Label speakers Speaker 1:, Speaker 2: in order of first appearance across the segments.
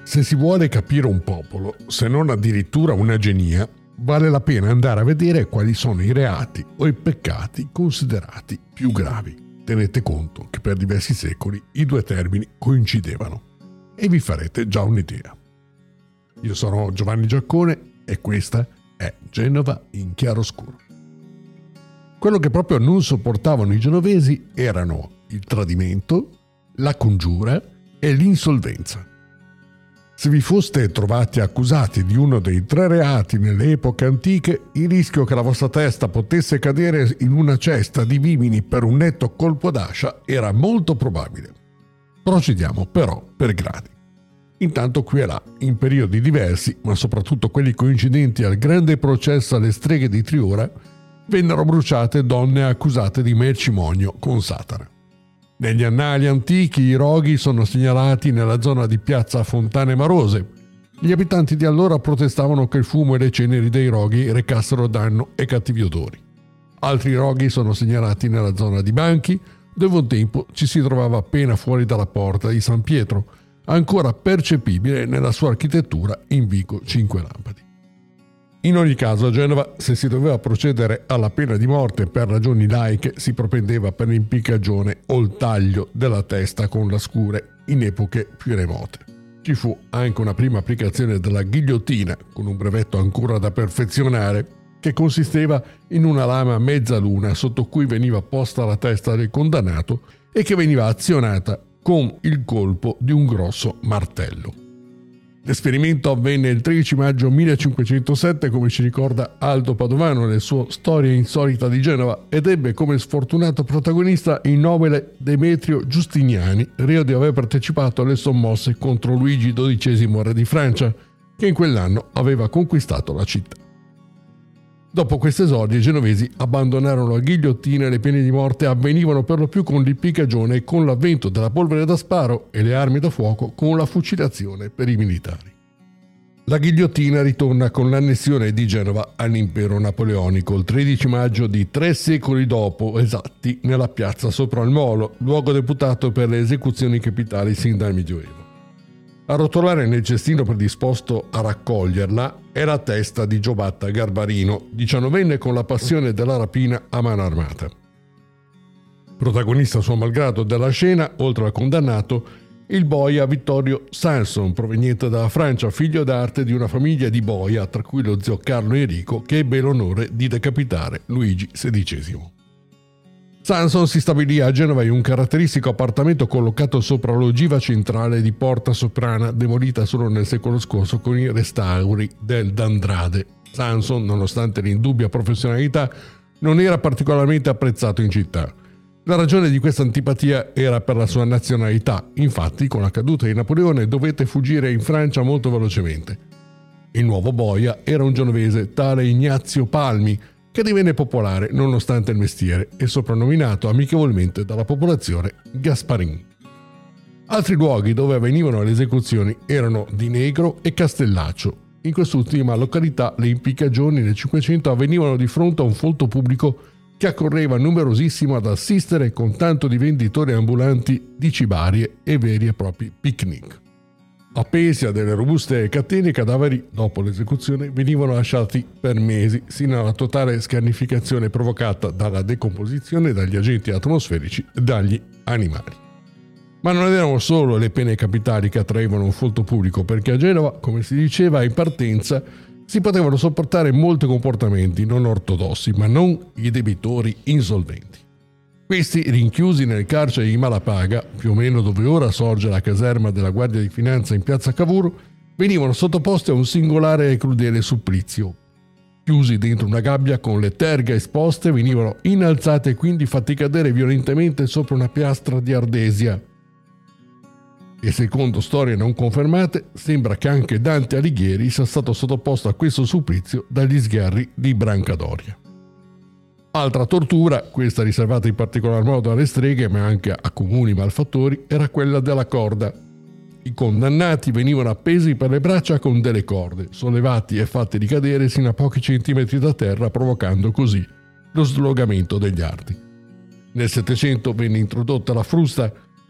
Speaker 1: Se si vuole capire un popolo, se non addirittura una genia, vale la pena andare a vedere quali sono i reati o i peccati considerati più gravi. Tenete conto che per diversi secoli i due termini coincidevano e vi farete già un'idea. Io sono Giovanni Giaccone e questa è Genova in chiaroscuro. Quello che proprio non sopportavano i genovesi erano il tradimento, la congiura e l'insolvenza. Se vi foste trovati accusati di uno dei 3 reati nelle epoche antiche, il rischio che la vostra testa potesse cadere in una cesta di vimini per un netto colpo d'ascia era molto probabile. Procediamo però per gradi. Intanto qui e là, in periodi diversi, ma soprattutto quelli coincidenti al grande processo alle streghe di Triora, vennero bruciate donne accusate di mercimonio con Satana. Negli annali antichi i roghi sono segnalati nella zona di piazza Fontane Marose. Gli abitanti di allora protestavano che il fumo e le ceneri dei roghi recassero danno e cattivi odori. Altri roghi sono segnalati nella zona di Banchi, dove un tempo ci si trovava appena fuori dalla porta di San Pietro, ancora percepibile nella sua architettura in Vico Cinque Lampadi. In ogni caso a Genova, se si doveva procedere alla pena di morte per ragioni laiche, si propendeva per l'impiccagione o il taglio della testa con la scure in epoche più remote. Ci fu anche una prima applicazione della ghigliottina, con un brevetto ancora da perfezionare, che consisteva in una lama a mezzaluna sotto cui veniva posta la testa del condannato e che veniva azionata con il colpo di un grosso martello. L'esperimento avvenne il 13 maggio 1507, come ci ricorda Aldo Padovano nel suo Storia insolita di Genova, ed ebbe come sfortunato protagonista il nobile Demetrio Giustiniani, reo di aver partecipato alle sommosse contro Luigi XII re di Francia, che in quell'anno aveva conquistato la città. Dopo queste esordi, i genovesi abbandonarono la ghigliottina e le pene di morte avvenivano per lo più con l'impiccagione e con l'avvento della polvere da sparo e le armi da fuoco con la fucilazione per i militari. La ghigliottina ritorna con l'annessione di Genova all'impero napoleonico il 13 maggio di 3 secoli dopo, esatti, nella piazza sopra il Molo, luogo deputato per le esecuzioni capitali sin dal Medioevo. A rotolare nel cestino predisposto a raccoglierla è la testa di Giobatta Garbarino, 19enne con la passione della rapina a mano armata. Protagonista a suo malgrado della scena, oltre al condannato, il boia Vittorio Sanson, proveniente dalla Francia, figlio d'arte di una famiglia di boia, tra cui lo zio Carlo Enrico, che ebbe l'onore di decapitare Luigi XVI. Sanson si stabilì a Genova in un caratteristico appartamento collocato sopra l'ogiva centrale di Porta Soprana, demolita solo nel secolo scorso con i restauri del D'Andrade. Sanson, nonostante l'indubbia professionalità, non era particolarmente apprezzato in città. La ragione di questa antipatia era per la sua nazionalità, infatti con la caduta di Napoleone dovette fuggire in Francia molto velocemente. Il nuovo boia era un genovese, tale Ignazio Palmi, che divenne popolare nonostante il mestiere e soprannominato amichevolmente dalla popolazione Gasparin. Altri luoghi dove avvenivano le esecuzioni erano Di Negro e Castellaccio. In quest'ultima località le impiccagioni nel Cinquecento avvenivano di fronte a un folto pubblico che accorreva numerosissimo ad assistere con tanto di venditori ambulanti di cibarie e veri e propri picnic. Appesi a delle robuste catene, i cadaveri, dopo l'esecuzione, venivano lasciati per mesi, sino alla totale scarnificazione provocata dalla decomposizione dagli agenti atmosferici e dagli animali. Ma non erano solo le pene capitali che attraevano un folto pubblico, perché a Genova, come si diceva in partenza, si potevano sopportare molti comportamenti non ortodossi, ma non i debitori insolventi. Questi, rinchiusi nel carcere di Malapaga, più o meno dove ora sorge la caserma della Guardia di Finanza in piazza Cavour, venivano sottoposti a un singolare e crudele supplizio. Chiusi dentro una gabbia con le terghe esposte, venivano innalzati e quindi fatti cadere violentemente sopra una piastra di ardesia. E secondo storie non confermate, sembra che anche Dante Alighieri sia stato sottoposto a questo supplizio dagli sgherri di Brancadoria. Altra tortura, questa riservata in particolar modo alle streghe ma anche a comuni malfattori, era quella della corda. I condannati venivano appesi per le braccia con delle corde, sollevati e fatti ricadere sino a pochi centimetri da terra, provocando così lo slogamento degli arti. Nel Settecento venne introdotta la frusta,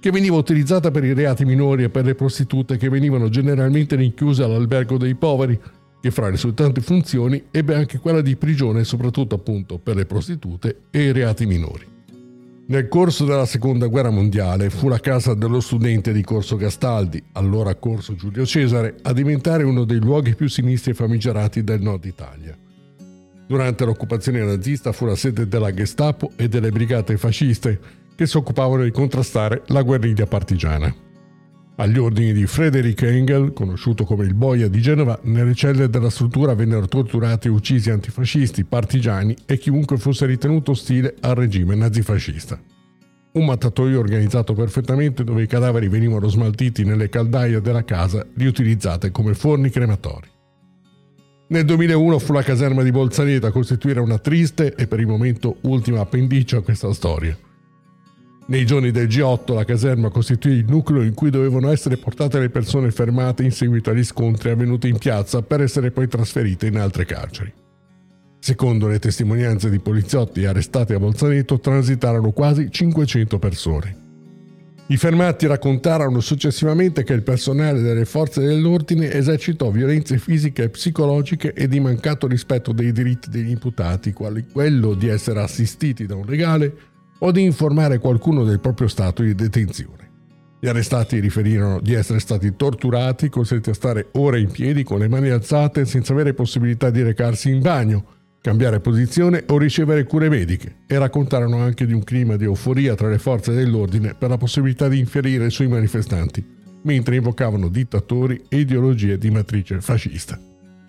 Speaker 1: che veniva utilizzata per i reati minori e per le prostitute che venivano generalmente rinchiuse all'albergo dei poveri, che fra le sue tante funzioni ebbe anche quella di prigione soprattutto appunto per le prostitute e i reati minori. Nel corso della Seconda Guerra Mondiale fu la casa dello studente di Corso Gastaldi, allora Corso Giulio Cesare, a diventare uno dei luoghi più sinistri e famigerati del nord Italia. Durante l'occupazione nazista fu la sede della Gestapo e delle brigate fasciste che si occupavano di contrastare la guerriglia partigiana. Agli ordini di Friedrich Engel, conosciuto come il Boia di Genova, nelle celle della struttura vennero torturati e uccisi antifascisti, partigiani e chiunque fosse ritenuto ostile al regime nazifascista. Un mattatoio organizzato perfettamente dove i cadaveri venivano smaltiti nelle caldaie della casa riutilizzate come forni crematori. Nel 2001 fu la caserma di Bolzaneto a costituire una triste e per il momento ultima appendice a questa storia. Nei giorni del G8 la caserma costituì il nucleo in cui dovevano essere portate le persone fermate in seguito agli scontri avvenuti in piazza per essere poi trasferite in altre carceri. Secondo le testimonianze di poliziotti arrestati a Bolzaneto transitarono quasi 500 persone. I fermati raccontarono successivamente che il personale delle forze dell'ordine esercitò violenze fisiche e psicologiche e di mancato rispetto dei diritti degli imputati, quali quello di essere assistiti da un legale o di informare qualcuno del proprio stato di detenzione. Gli arrestati riferirono di essere stati torturati, costretti a stare ore in piedi con le mani alzate senza avere possibilità di recarsi in bagno, cambiare posizione o ricevere cure mediche, e raccontarono anche di un clima di euforia tra le forze dell'ordine per la possibilità di infierire sui manifestanti, mentre invocavano dittatori e ideologie di matrice fascista.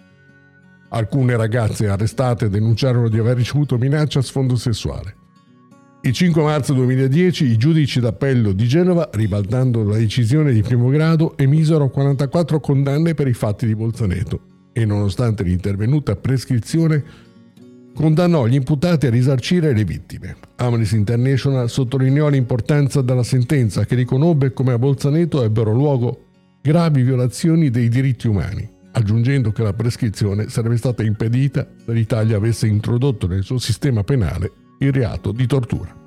Speaker 1: Alcune ragazze arrestate denunciarono di aver ricevuto minacce a sfondo sessuale. Il 5 marzo 2010 i giudici d'appello di Genova, ribaltando la decisione di primo grado, emisero 44 condanne per i fatti di Bolzaneto e, nonostante l'intervenuta prescrizione, condannò gli imputati a risarcire le vittime. Amnesty International sottolineò l'importanza della sentenza che riconobbe come a Bolzaneto ebbero luogo gravi violazioni dei diritti umani, aggiungendo che la prescrizione sarebbe stata impedita se l'Italia avesse introdotto nel suo sistema penale il reato di tortura.